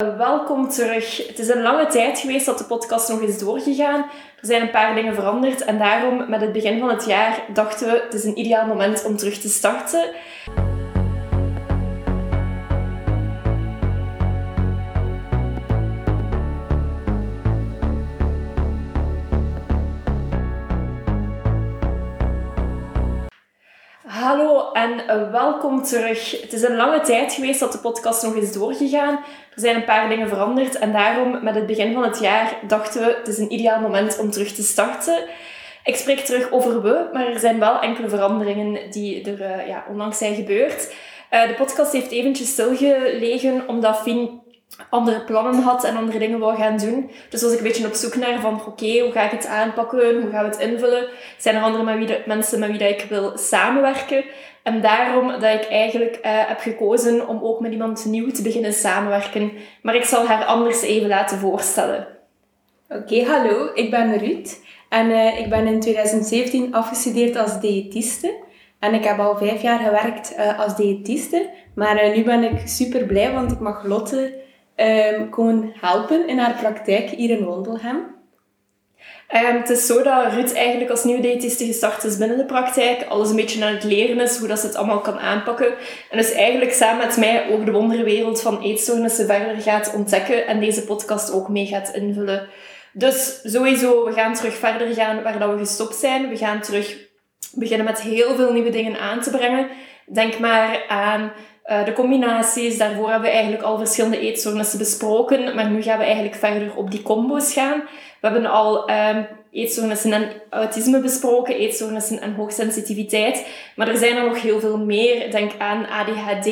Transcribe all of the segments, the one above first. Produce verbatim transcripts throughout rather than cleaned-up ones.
Welkom terug. Het is een lange tijd geweest dat de podcast nog is doorgegaan. Er zijn een paar dingen veranderd en daarom met het begin van het jaar dachten we het is een ideaal moment om terug te starten. Hallo en welkom terug. Het is een lange tijd geweest dat de podcast nog is doorgegaan. Er zijn een paar dingen veranderd en daarom met het begin van het jaar dachten we het is een ideaal moment om terug te starten. Ik spreek terug over we, maar er zijn wel enkele veranderingen die er uh, ja, onlangs zijn gebeurd. Uh, de podcast heeft eventjes stilgelegen omdat Fien andere plannen had en andere dingen wou gaan doen. Dus was ik een beetje op zoek naar van, oké, okay, hoe ga ik het aanpakken? Hoe gaan we het invullen? Zijn er andere met wie de, mensen met wie dat ik wil samenwerken? En daarom dat ik eigenlijk uh, heb gekozen om ook met iemand nieuw te beginnen samenwerken. Maar ik zal haar anders even laten voorstellen. Oké, okay, hallo. Ik ben Ruud. En uh, ik ben in twintig zeventien afgestudeerd als diëtiste. En ik heb al vijf jaar gewerkt uh, als diëtiste. Maar uh, nu ben ik super blij, want ik mag Lotte Um, komen helpen in haar praktijk hier in Wondelhem. Um, het is zo dat Ruud eigenlijk als nieuwe diëtiste gestart is binnen de praktijk. Alles een beetje aan het leren is, hoe dat ze het allemaal kan aanpakken. En dus eigenlijk samen met mij ook de wonderwereld van eetstoornissen verder gaat ontdekken. En deze podcast ook mee gaat invullen. Dus sowieso, we gaan terug verder gaan waar dat we gestopt zijn. We gaan terug beginnen met heel veel nieuwe dingen aan te brengen. Denk maar aan Uh, de combinaties, daarvoor hebben we eigenlijk al verschillende eetstoornissen besproken, maar nu gaan we eigenlijk verder op die combo's gaan. We hebben al um, eetstoornissen en autisme besproken, eetstoornissen en hoogsensitiviteit, maar er zijn er nog heel veel meer. Denk aan A D H D,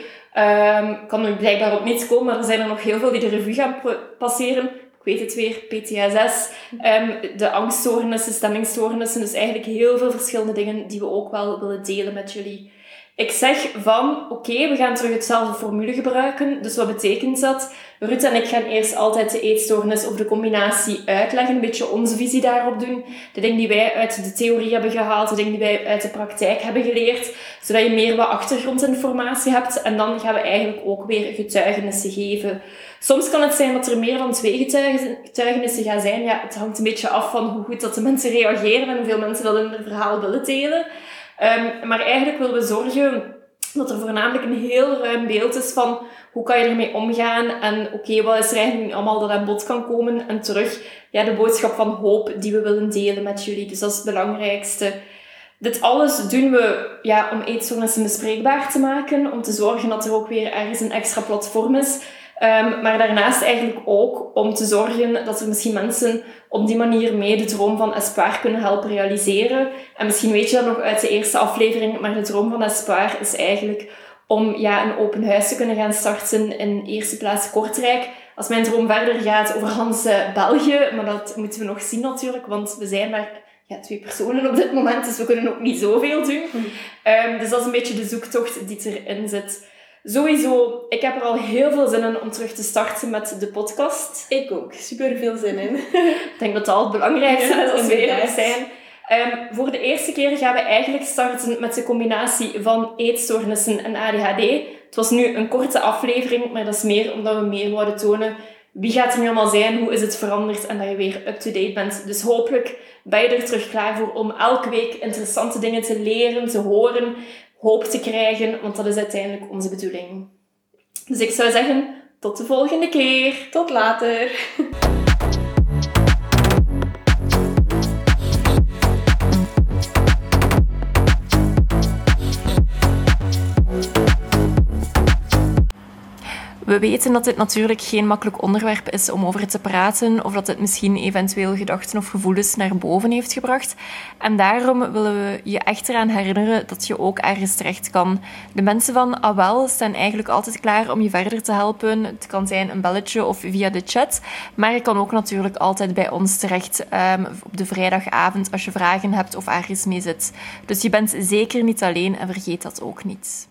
um, kan nu blijkbaar op niets komen, maar er zijn er nog heel veel die de revue gaan passeren. Ik weet het weer, P T S S, um, de angststoornissen, stemmingstoornissen, dus eigenlijk heel veel verschillende dingen die we ook wel willen delen met jullie. Ik zeg van, oké, okay, we gaan terug hetzelfde formule gebruiken. Dus wat betekent dat? Ruud en ik gaan eerst altijd de eetstoornis of de combinatie uitleggen. Een beetje onze visie daarop doen. De dingen die wij uit de theorie hebben gehaald. De dingen die wij uit de praktijk hebben geleerd. Zodat je meer wat achtergrondinformatie hebt. En dan gaan we eigenlijk ook weer getuigenissen geven. Soms kan het zijn dat er meer dan twee getuigenissen gaan zijn. Ja, het hangt een beetje af van hoe goed dat de mensen reageren en hoeveel mensen dat in hun verhaal willen delen. Um, maar eigenlijk willen we zorgen dat er voornamelijk een heel ruim beeld is van hoe kan je ermee omgaan en oké, okay, wat is er eigenlijk allemaal dat aan bod kan komen en terug ja, de boodschap van hoop die we willen delen met jullie. Dus dat is het belangrijkste. Dit alles doen we ja, om eetstoornissen bespreekbaar te maken, om te zorgen dat er ook weer ergens een extra platform is. Um, maar daarnaast eigenlijk ook om te zorgen dat er misschien mensen op die manier mee de droom van Espoir kunnen helpen realiseren. En misschien weet je dat nog uit de eerste aflevering, maar de droom van Espoir is eigenlijk om ja, een open huis te kunnen gaan starten in eerste plaats Kortrijk. Als mijn droom verder gaat over Hans België, maar dat moeten we nog zien natuurlijk, want we zijn maar ja, twee personen op dit moment, dus we kunnen ook niet zoveel doen. Um, dus dat is een beetje de zoektocht die erin zit. Sowieso, ik heb er al heel veel zin in om terug te starten met de podcast. Ik ook, super veel zin in. Ik denk dat dat al het belangrijkste ja, is als we eerlijk inderdaad. zijn. Um, voor de eerste keer gaan we eigenlijk starten met de combinatie van eetstoornissen en A D H D. Het was nu een korte aflevering, maar dat is meer omdat we meer wilden tonen. Wie gaat er nu allemaal zijn? Hoe is het veranderd? En dat je weer up-to-date bent. Dus hopelijk ben je er terug klaar voor om elke week interessante dingen te leren, te horen, hoop te krijgen, want dat is uiteindelijk onze bedoeling. Dus ik zou zeggen, tot de volgende keer. Tot later. We weten dat dit natuurlijk geen makkelijk onderwerp is om over te praten, of dat het misschien eventueel gedachten of gevoelens naar boven heeft gebracht. En daarom willen we je echt eraan herinneren dat je ook ergens terecht kan. De mensen van AWEL staan eigenlijk altijd klaar om je verder te helpen. Het kan zijn een belletje of via de chat, maar je kan ook natuurlijk altijd bij ons terecht um, op de vrijdagavond als je vragen hebt of ergens mee zit. Dus je bent zeker niet alleen en vergeet dat ook niet.